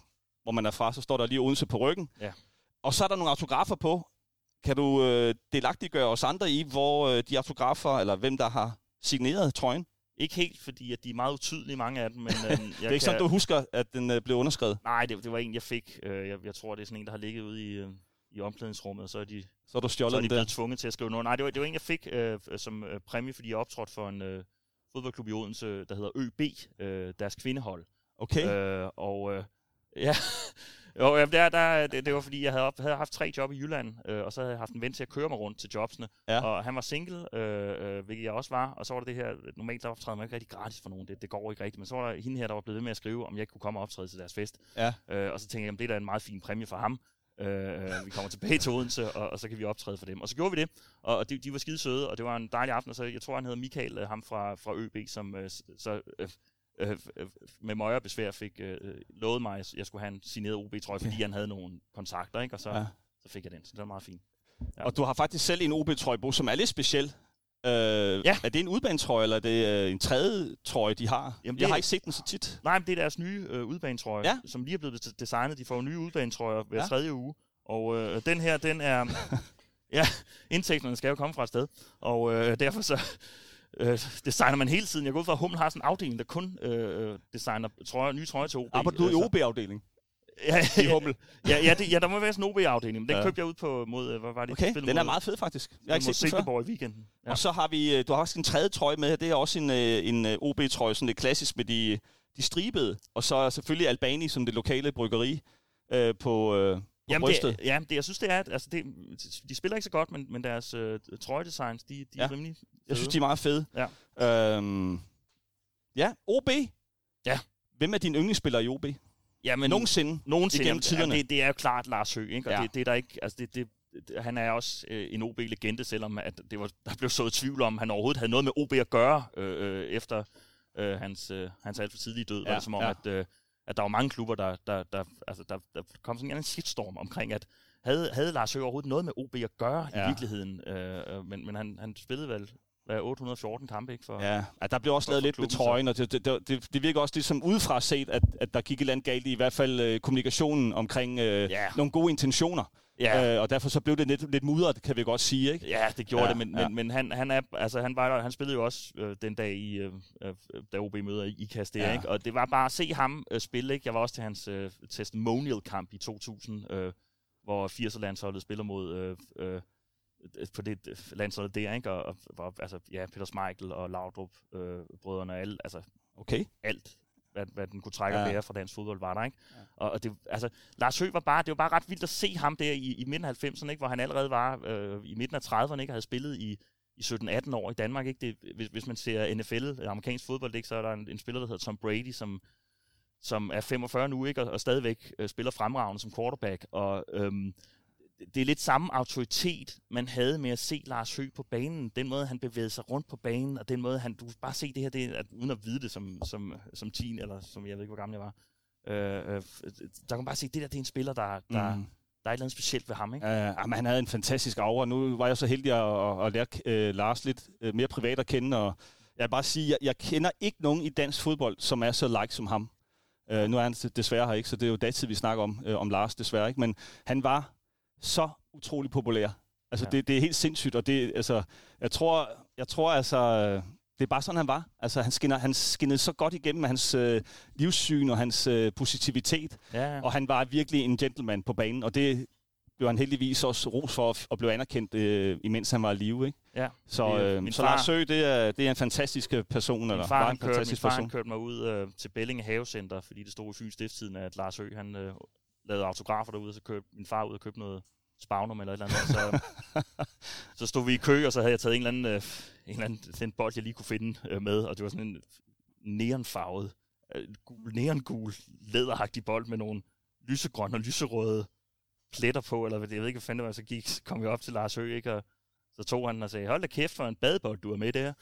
hvor man er fra, så står der lige Odense på ryggen. Ja. Og så er der nogle autografer på. Kan du øh, delagtiggøre os andre i, hvor øh, de autografer, eller hvem der har signeret trøjen? Ikke helt, fordi at de er meget utydelige, mange af dem. Men, øh, jeg det er ikke kan... sådan, du husker, at den øh, blev underskrevet? Nej, det, det var en, jeg fik. Øh, jeg, jeg tror, det er sådan en, der har ligget ude i, øh, i omklædningsrummet, og så er de, så er du stjålet så er de blevet der. tvunget til at skrive noget. Nej, det var, det var en, jeg fik øh, som øh, præmie, fordi jeg optrådte for en øh, fodboldklub i Odense, der hedder Ø B, øh, deres kvindehold. Okay. Øh, og øh, ja... Jo, ja, der, der, det, det var fordi, jeg havde, op, havde haft tre job i Jylland, øh, og så havde jeg haft en ven til at køre mig rundt til jobsene. Ja. Og han var single, øh, øh, hvilket jeg også var. Og så var der det her, normalt der optræder man ikke rigtig gratis for nogen, det, det går ikke rigtigt. Men så var der hende her, der var blevet ved med at skrive, om jeg ikke kunne komme og optræde til deres fest. Ja. Øh, og så tænkte jeg, om det der er en meget fin præmie for ham. Øh, vi kommer tilbage til Odense, og, og så kan vi optræde for dem. Og så gjorde vi det, og, og de, de var skide søde, og det var en dejlig aften. Og så, jeg tror, han hedder Michael, øh, ham fra, fra Ø B, som øh, så... Øh, Øh, øh, med møje og besvær fik øh, lovet mig, at jeg skulle have en signeret O B-trøje, fordi han havde nogle kontakter, ikke? Og så, ja. så fik jeg den, så det var meget fint. Ja. Og du har faktisk selv en O B-trøje, Bo, som er lidt speciel. Øh, ja. Er det en udbanetrøje, eller er det øh, en tredje trøje, de har? Jamen, jeg har ikke set den så tit. Nej, men det er deres nye øh, udbanetrøje, ja. som lige er blevet designet. De får nye udbanetrøjer hver ja. tredje uge. Og øh, den her, den er... ja, indtægterne skal jo komme fra et sted. Og øh, derfor så... Øh, designer man hele tiden. Jeg går ud fra, at Hummel har sådan en afdeling, der kun øh, designer trøjer, nye trøjer til O B. Arbejder du i O B-afdeling? Ja, i Hummel. ja, ja, det, ja, der må være sådan en O B-afdeling. Den ja. købte jeg ud på mod, hvad var det? Okay, den er mod, meget fed faktisk. Jeg har ikke set den før. I weekenden. Ja. Og så har vi, du har også en tredje trøje med her. Det er også en, en O B-trøje, sådan lidt klassisk med de, de stribede. Og så selvfølgelig Albani, som det lokale bryggeri øh, på... Øh, Jamen det, ja, det, jeg synes, det er, at altså det, de spiller ikke så godt, men, men deres øh, trøjedesigns, de, de ja. er rimelig fede. Jeg synes, de er meget fede. Ja, øhm, ja O B. Ja. Hvem er din yndlingsspiller i O B? Ja, men nogensinde, nogensinde igennem tiderne. Ja, det, det er jo klart Lars Høgh, ikke? Og ja. det, det er der ikke, altså det, det, han er også øh, en O B-legende, selvom at det var, der blev så tvivl om, han overhovedet havde noget med O B at gøre øh, efter øh, hans, øh, hans alt for tidlige død. Ja. Var det som om, ja. at... Øh, at der var mange klubber, der, der, der, altså, der, der kom sådan en shitstorm omkring, at havde, havde Lars Høgh overhovedet noget med O B at gøre ja. i virkeligheden, øh, men, men han, han spillede vel hvad, otte hundrede og fjorten kampe, ikke? For, ja. ja, der blev også lavet lidt med trøjen, og det, det, det, det virker også ligesom udefra set, at, at der gik et eller andet galt i, i hvert fald øh, kommunikationen omkring øh, ja. nogle gode intentioner. Ja. Øh, og derfor så blev det lidt, lidt mudret, kan vi godt sige, ikke? Ja, det gjorde ja, det, men, ja. men, men han, han, er, altså, han, var, han spillede jo også øh, den dag, i, øh, da O B møder i Ikast, ja. ikke? Og det var bare at se ham øh, spille, ikke? Jeg var også til hans øh, testimonial-kamp i to tusind, øh, hvor firser-landsholdet spiller mod øh, øh, på det landsholdet der, ikke? Og, og altså, ja, Peter Schmeichel og Laudrup, øh, brødrene og alle, altså okay. alt. Hvad, hvad den kunne trække ja. Bære fra dansk fodbold, var der, ikke? Ja. Og, og det, altså, Lars Høgh var bare, det var bare ret vildt at se ham der i, i midten af halvfemserne, ikke? Hvor han allerede var øh, i midten af trediverne, ikke? Og havde spillet i, i sytten atten år i Danmark, ikke? Det, hvis, hvis man ser N F L, amerikansk fodbold, ikke? Så er der en, en spiller, der hedder Tom Brady, som, som er femogfyrre nu, ikke? Og, og stadigvæk øh, spiller fremragende som quarterback. Og øhm, det er lidt samme autoritet, man havde med at se Lars Høgh på banen. Den måde, han bevægede sig rundt på banen, og den måde, han... Du kan bare se det her, det, at, uden at vide det som, som, som teen, eller som jeg ved ikke, hvor gammel jeg var. Øh, øh, der kan man bare se, det der, det er en spiller, der... der mm. Der er et eller andet specielt ved ham, ikke? Ja, men han havde en fantastisk aura. Nu var jeg så heldig at, at, at lære øh, Lars lidt øh, mere privat at kende, og jeg vil bare sige, jeg, jeg kender ikke nogen i dansk fodbold, som er så like som ham. Øh, nu er han desværre her ikke, så det er jo datid, vi snakker om, øh, om Lars desværre, ikke? Men han var så utrolig populær. Altså, ja. det, det er helt sindssygt, og det, altså, jeg tror, jeg tror altså, det er bare sådan, han var. Altså, han, skinner, han skinnede så godt igennem med hans øh, livssyn og hans øh, positivitet, ja, ja. Og han var virkelig en gentleman på banen, og det blev han heldigvis også ros for at blive anerkendt, øh, imens han var i live, ikke? Ja. Så, øh, så Lars Høgh, det er, det er en fantastisk person, min eller far, var en kørte, fantastisk min person. Min far kørte mig ud øh, til Bellinge Havecenter, fordi det stod i Fyns Stiftstidende, at Lars Høgh, han øh, lavede autografer derude, og så kørte min far ud og købte noget Spagnum eller et eller andet. Så, så stod vi i kø, og så havde jeg taget en eller anden, øh, en eller anden den bold, jeg lige kunne finde øh, med, og det var sådan en neonfarvet, øh, gul, neongul, læderagtig bold med nogle lysegrønne og lyserøde pletter på, eller jeg ved ikke, hvad fanden det var, så gik, så kom jeg op til Lars Høgh, ikke, og så tog han og sagde, hold da kæft for en badebold, du er med der.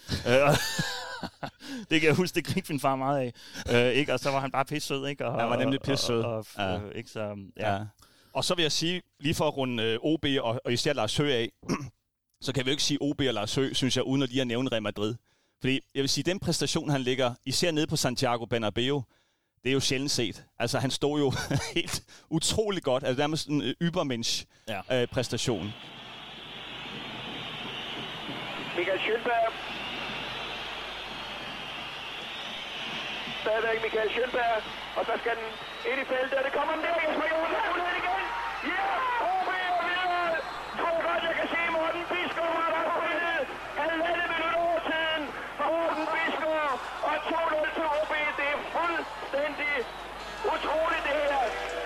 Det kan jeg huske, det grinte min far meget af. Øh, ikke? Og så var han bare pissød, ikke? Og, han var nemlig pissød. Og, og, ja. øh, ikke? Så, ja. Ja. Og så vil jeg sige, lige for at runde øh, O B og, og især Lars Høgh af, så kan vi jo ikke sige O B og Lars Høgh, synes jeg, uden at lige at nævne Real Madrid. Fordi jeg vil sige, den præstation, han ligger, især nede på Santiago Bernabéu, det er jo sjældent set. Altså, han stod jo helt utrolig godt. Altså, nærmest en uh, Übermensch-præstation. Ja. Uh, Michael Schönberg. Stadigvæk Michael Schönberg. Og så skal den ind i feltet, og det kommer den der. Jesper Johansson har mulighed igen. Ja! O B er videre. Tror godt, jeg kan se Morten Bisgaard har der spillet. Halvandet minut over tiden for Morten Bisgaard. Og to nul til O B. Det er fuldstændig utroligt, det her.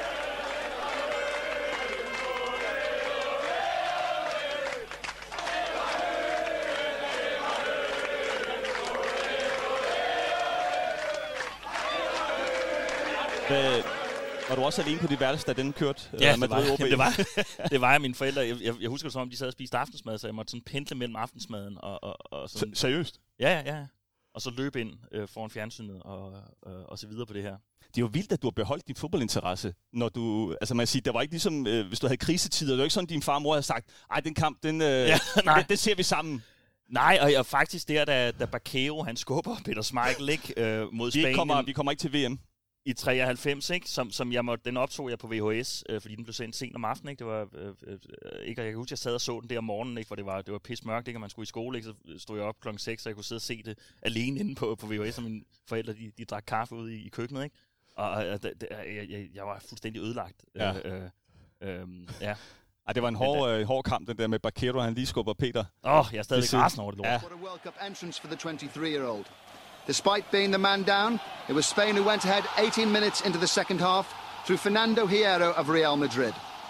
Hvad, var du også alene på dit værelse, da den kørte? Ja, øh, med det, var, jamen, det, var, det var jeg. Mine forældre, jeg, jeg, jeg husker det som om, de sad og spiste aftensmad, så jeg måtte sådan pendle mellem aftensmaden og, og, og sådan. Seriøst? Ja, ja, ja. Og så løbe ind øh, foran fjernsynet og, øh, og så videre på det her. Det er jo vildt, at du har beholdt din fodboldinteresse, når du, altså man siger, det var ikke ligesom, øh, hvis du havde krisetider, det var ikke sådan, din far og mor havde sagt, ej, den kamp, den, øh, ja, nej. det, det ser vi sammen. Nej, og, og faktisk der, da, da Bakero, han skubber Peter Schmeichel, ikke, øh, mod vi Spanien. Kommer, vi kommer ikke til V M. I treoghalvfems, ikke? Som, som jeg måtte, den optog jeg på V H S, øh, fordi den blev sendt sent om aftenen, ikke? Det var, øh, øh, ikke? Jeg kan huske, jeg sad og så den der om morgenen, ikke? For det var, det var pis mørkt, ikke? Og man skulle i skole, ikke? Så stod jeg op klokken seks, så jeg kunne sidde og se det alene inde på, på V H S, og mine forældre, de, de drak kaffe ude i, i køkkenet, ikke? Og øh, det, jeg, jeg, jeg var fuldstændig ødelagt. Ja. Øh, øh, øh, ja. Ej, det var en hård, øh, hård kamp, den der med Bakero, han lige skubber Peter. Åh, oh, jeg er stadigvæk rasende over det lort. Ja. What a World Cup entrance for the twenty-three-year-old. Despite being the man down, it was Spain who went ahead eighteen minutes into the second half through Fernando Hierro of Real Madrid.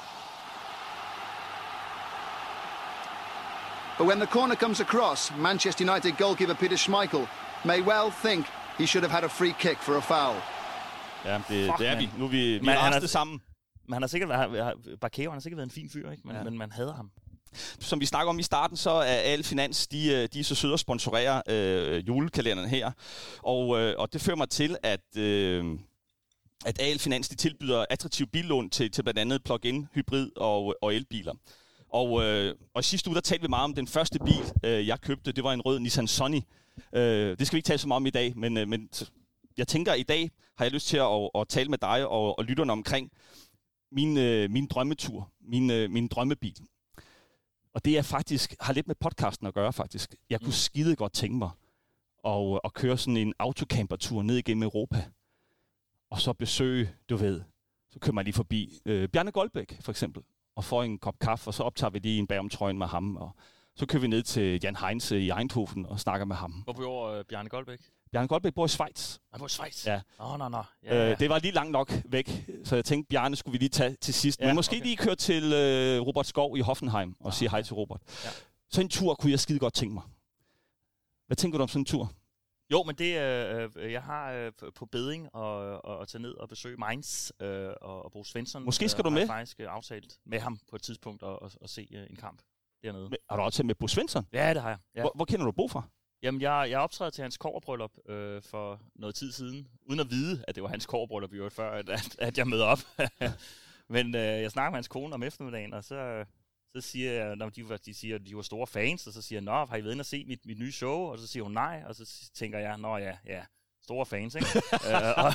But when the corner comes across, Manchester United goalkeeper Peter Schmeichel may well think he should have had a free kick for a foul. Ja, det, Fuck, det er man. vi. Nu er vi, vi Man, han er er- sammen. Men han har sikkert været, Bakero, han har sikkert været en fin fyr, ikke? Men, Ja. ja. men man hader ham. Som vi snakker om i starten, så er A L Finans, de, de er så søde at sponsorere øh, julekalenderen her. Og, øh, og det fører mig til, at, øh, at A L Finans, de tilbyder attraktive billån til, til blandt andet plug-in, hybrid og, og elbiler. Og, øh, og i sidste uge, der talte vi meget om den første bil, øh, jeg købte. Det var en rød Nissan Sunny. Øh, det skal vi ikke tale så meget om i dag, men, øh, men jeg tænker, at i dag har jeg lyst til at, at, at tale med dig og, og lytterne omkring min, øh, min drømmetur, min, øh, min drømmebil. Og det er faktisk, har lidt med podcasten at gøre faktisk. Jeg kunne skide godt tænke mig at, at køre sådan en autocamper-tur ned igennem Europa. Og så besøge, du ved, så kører man lige forbi øh, Bjarne Goldbæk for eksempel, og får en kop kaffe, og så optager vi lige en bag om trøjen med ham. Og så kører vi ned til Jan Heinze i Eindhoven og snakker med ham. Hvor bor øh, Bjarne Goldbæk? Bjarne Goldbæk bor i Schweiz. Han bor i Schweiz? Ja. Nå, nå, nå. Ja, ja. Øh, det var lige langt nok væk, så jeg tænkte, Bjarne skulle vi lige tage til sidst. Ja, Men måske okay. lige køre til øh, Robert Skov i Hoffenheim og sige hej til Robert. Ja. Så en tur kunne jeg skide godt tænke mig. Hvad tænker du om sådan en tur? Jo, men det øh, øh, jeg har øh, på beding og, og, og tage ned og besøge Mainz øh, og, og Bo Svensson. Måske skal øh, du har jeg med? faktisk øh, aftalt med ham på et tidspunkt at, at, at se øh, en kamp dernede. Men, har du også taget med Bo Svensson? Ja, det har jeg. Ja. Hvor, hvor kender du Bo fra? Jamen, jeg, jeg optræder til hans kobberbryllup øh, for noget tid siden, uden at vide, at det var hans kobberbryllup i øvrigt, før at, at, at jeg møder op. Men øh, jeg snakker med hans kone om eftermiddagen, og så, så siger jeg, når de, var, de siger, at de var store fans, og så siger jeg, nå, har I været inde og se mit, mit nye show? Og så siger hun nej, og så tænker jeg, nå ja, ja, store fans, ikke? øh, og,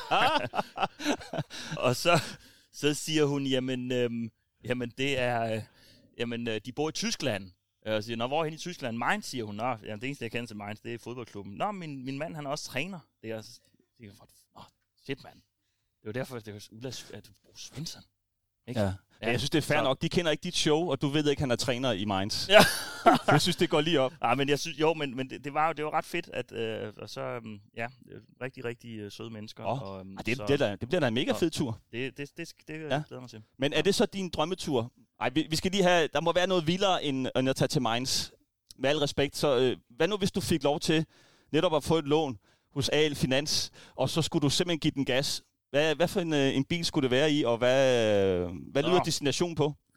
og så, så siger hun, jamen, øhm, jamen det er, øh, jamen, øh, de bor i Tyskland. Og jeg siger, nå, hvor hen i Tyskland? Mainz, siger hun. Nå, jamen, det eneste, jeg kender til Mainz, det er fodboldklubben. Nå, min, min mand, han er også træner. Det er, så siger jeg, nå, shit, mand. Det var derfor, det var Ulas, at du bruger Svensson. Ikke? Ja. Ja, jeg synes, det er fair så- nok. De kender ikke dit show, og du ved ikke, han er træner i Mainz. Ja. Jeg synes, det går lige op. Ja, men jeg synes, jo, men, men det, det, var jo det var ret fedt, at øh, og så, um, ja, rigtig, rigtig øh, søde mennesker. Oh. Og, um, Ej, det, så, det, der, det bliver da en mega fed tur. det, det, det, det, det Ja. ja. glæder mig til. Men er det så din drømmetur? Ej, vi, vi skal lige have... Der må være noget vildere, end, end at tage til Mainz. Med al respekt. Så øh, hvad nu, hvis du fik lov til netop at få et lån hos A L Finans, og så skulle du simpelthen give den gas? Hvad, hvad for en, øh, en bil skulle det være i, og hvad, øh, hvad lyder Nå. destination på?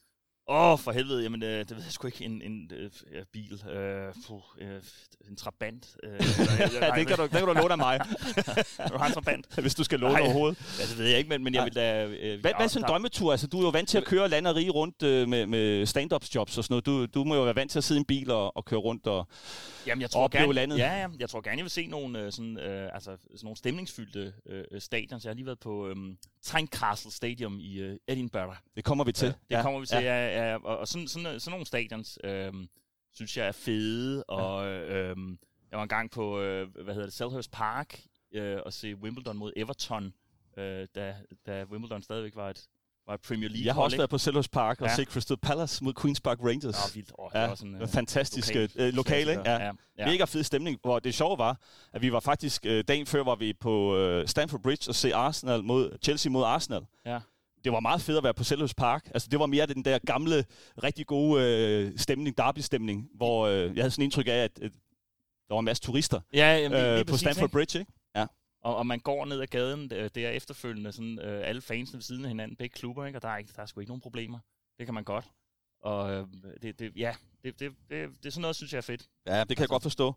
Åh, oh, for helvede. Jamen, øh, det ved jeg sgu ikke. En, en øh, bil. Øh, puh, øh, en trabant. Øh, ja, det kan du, det kan du låne af mig. Du har en trabant. Hvis du skal låne overhovedet. Ja, det ved jeg ikke, men, men jeg vil da... Øh, hvad hvad er sådan en drømmetur? Altså, du er jo vant til at køre land og rige rundt øh, med, med stand-ups jobs og sådan noget. Du, du må jo være vant til at sidde i en bil og, og køre rundt og, Jamen, jeg tror og opleve gerne, landet. Ja, ja, jeg tror gerne, jeg vil se nogle, øh, sådan, øh, altså, sådan nogle stemningsfyldte øh, stadions. Jeg har lige været på øh, Tynecastle Stadium i øh, Edinburgh. Det kommer vi til. Ja, det ja. kommer vi til, ja. ja, ja og og sådan, sådan, sådan nogle stadions øh, synes jeg er fede. Og øh, jeg var engang på, øh, hvad hedder det, Selhurst Park øh, og se Wimbledon mod Everton, øh, da, da Wimbledon stadigvæk var et, var et Premier League. Jeg har også været på Selhurst Park og ja. set Crystal Palace mod Queen's Park Rangers. Ja, vildt. Oh, det ja, var sådan en fantastisk lokal, øh, lokale, ikke? Ja. Ja. Ja. Mega fed stemning. Hvor det sjove var, at vi var faktisk øh, dagen før var vi på øh, Stamford Bridge og se Arsenal mod Chelsea mod Arsenal. Ja. Det var meget fedt at være på Selhurst Park. Altså, det var mere den der gamle, rigtig gode øh, stemning, derby-stemning, hvor øh, jeg havde sådan indtryk af, at øh, der var en masse turister ja, jamen, lige, lige øh, på præcis, Stamford ikke? Bridge, ikke? Ja. Og, og man går ned ad gaden, det er efterfølgende, sådan, øh, alle fansene ved siden af hinanden, begge klubber, ikke? Og der er, ikke, der er sgu ikke nogen problemer. Det kan man godt. Og øh, det, det, ja, det, det, det, det er sådan noget, synes jeg er fedt. Ja, det kan jeg godt forstå.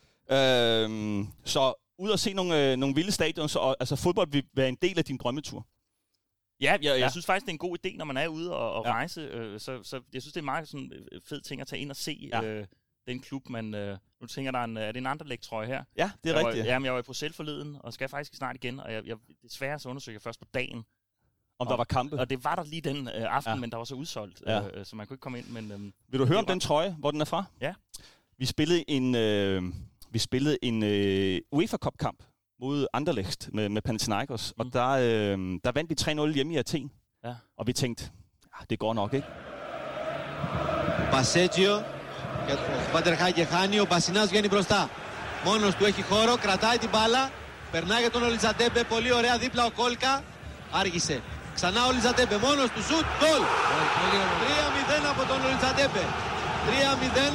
Øhm, så ud og se nogle, øh, nogle vilde stadions, og altså fodbold vil være en del af din drømmetur. Ja, jeg, jeg ja. synes faktisk, det er en god idé, når man er ude og, og ja. rejse. Øh, så, så jeg synes, det er en meget sådan, fed ting at tage ind og se ja. øh, den klub, man... Øh, nu tænker der en, er det en Anderlecht-trøje her? Ja, det er jeg rigtigt. Var, jamen, jeg var i Bruxelles forleden, og skal faktisk snart igen, og jeg, jeg, desværre så undersøgte jeg først på dagen. Om og, der var kampe? Og det var der lige den øh, aften, ja. men der var så udsolgt, ja. øh, så man kunne ikke komme ind. Men, øh, vil du høre om den trøje, hvor den er fra? Ja. Vi spillede en, øh, vi spillede en øh, UEFA Cup-kamp mod Anderlecht med, med Panathinaikos, mm. og der, øh, der vandt vi tre nul hjemme i Athen. Ja. Og vi tænkte, ja, det går nok, ikke? Πασέτζιο και ο Βαντερχάγε χάνει, ο Μπασινάς βγαίνει μπροστά. Μόνος του έχει χώρο, κρατάει την μπάλα, περνάει για τον Ολιτζαντέμπε, πολύ ωραία δίπλα ο Κόλκα, άργησε. Ξανά ο Ολιτζαντέμπε, μόνος του, σουτ, γκολ. τρία μηδέν από τον Ολιτζαντέμπε. τρία μηδέν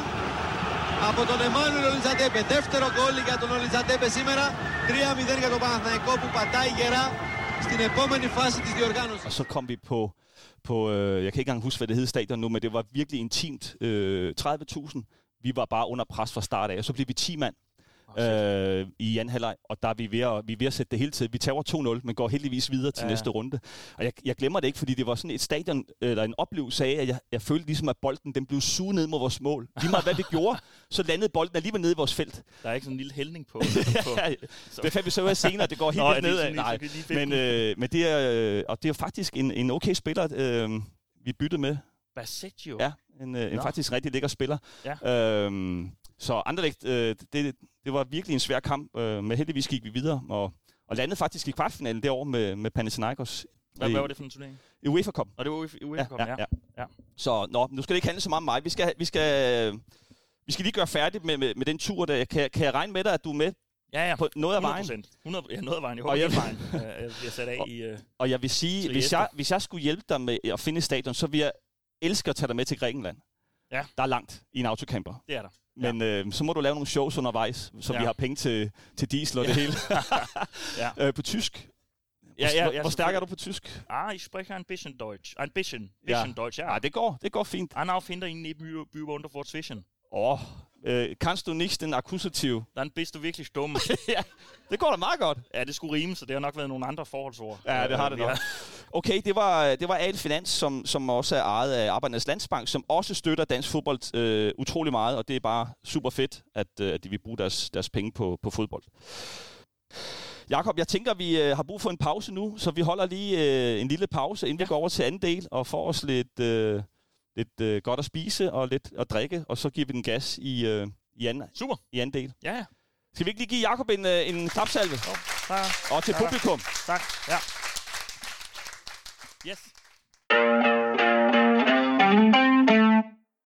από τον Εμμάνουελ Ολιτζαντέμπε. Δεύτερο γκολ για τον Ολιτζαντέμπε σήμερα. τρία μηδέn για τον Παναθηναϊκό που πατάει γερά στην επόμενη φάση της διοργάνωσης. Og så kom vi på, på øh, jeg kan ikke engang huske, hvad det hed stadion nu, men det var virkelig intimt. Øh, tredive tusind. Vi var bare under pres fra start af, og så blev vi ti mand øh, i anden halvleg, og der er vi ved at, vi er ved at sætte det hele til. Vi tager to nul, men går heldigvis videre til ja. næste runde. Og jeg, jeg glemmer det ikke, fordi det var sådan et stadion, eller en oplevelse af, at jeg, jeg følte ligesom, at bolden den blev suget ned mod vores mål. Lige meget hvad vi gjorde, så landede bolden alligevel nede i vores felt. Der er ikke sådan en lille hældning på. på. ja, det fandt vi så ud af senere, det går helt Nå, ned af. Nej, men, øh, men det er, og det er faktisk en, en okay spiller, øh, vi byttede med. Baseggio? Ja, en, en faktisk rigtig lækker spiller. Ja. Øhm, så Anderlecht, øh, det, det var virkelig en svær kamp, øh, men heldigvis gik vi videre, og, og landede faktisk i kvartfinalen det år med, med Panathinaikos. Hvad, hvad var det for en turnering? I UEFA Cup. Og det var i UEFA Cup, ja. ja. ja. ja. Så nå, nu skal det ikke handle så meget om mig. Vi skal, vi skal, vi skal lige gøre færdigt med, med, med den tur. Der. Kan, kan jeg regne med dig, at du er med ja, ja. på noget af vejen? hundrede procent. Ja, noget af vejen. Jeg håber, jeg, vejen. jeg bliver sat af og, i uh, og jeg vil sige, hvis jeg, hvis jeg skulle hjælpe dig med at finde stadion, så vil jeg elske at tage dig med til Grækenland. Ja. Der er langt i en autocamper. Det er der. Men ja. øh, så må du lave nogle shows undervejs, så ja. vi har penge til, til diesel og ja. det hele. ja. øh, på tysk. Ja, ja, hvor, ja, hvor stærk er du på tysk? Ah, ich spreche ein bisschen Deutsch. Ein bisschen. bisschen ja. Deutsch, ja. Ah, det går, det går fint. Ein Auffinder in Nebenübung vor zwischen. Åh, øh, kannst du nicht den Akkusativ? Dann bist du wirklich dumm. ja, det går da meget godt. Ja, det skulle rime, så det har nok været nogle andre forholdsord. Ja, det har det nok. Okay, det var, det var A L Finans, som, som også er ejet af Arbejdernes Landsbank, som også støtter dansk fodbold øh, utrolig meget, og det er bare super fedt, at, øh, at de vil bruge deres, deres penge på, på fodbold. Jakob, jeg tænker, vi øh, har brug for en pause nu, så vi holder lige øh, en lille pause, inden ja. vi går over til anden del, og får os lidt, øh, lidt øh, godt at spise og lidt at drikke, og så giver vi den gas i, øh, i, anden, Super. i anden del. Ja, ja. Skal vi ikke lige give Jakob en, øh, en klapsalve? Oh, tak. Og til tak. publikum. Tak, ja. Yes.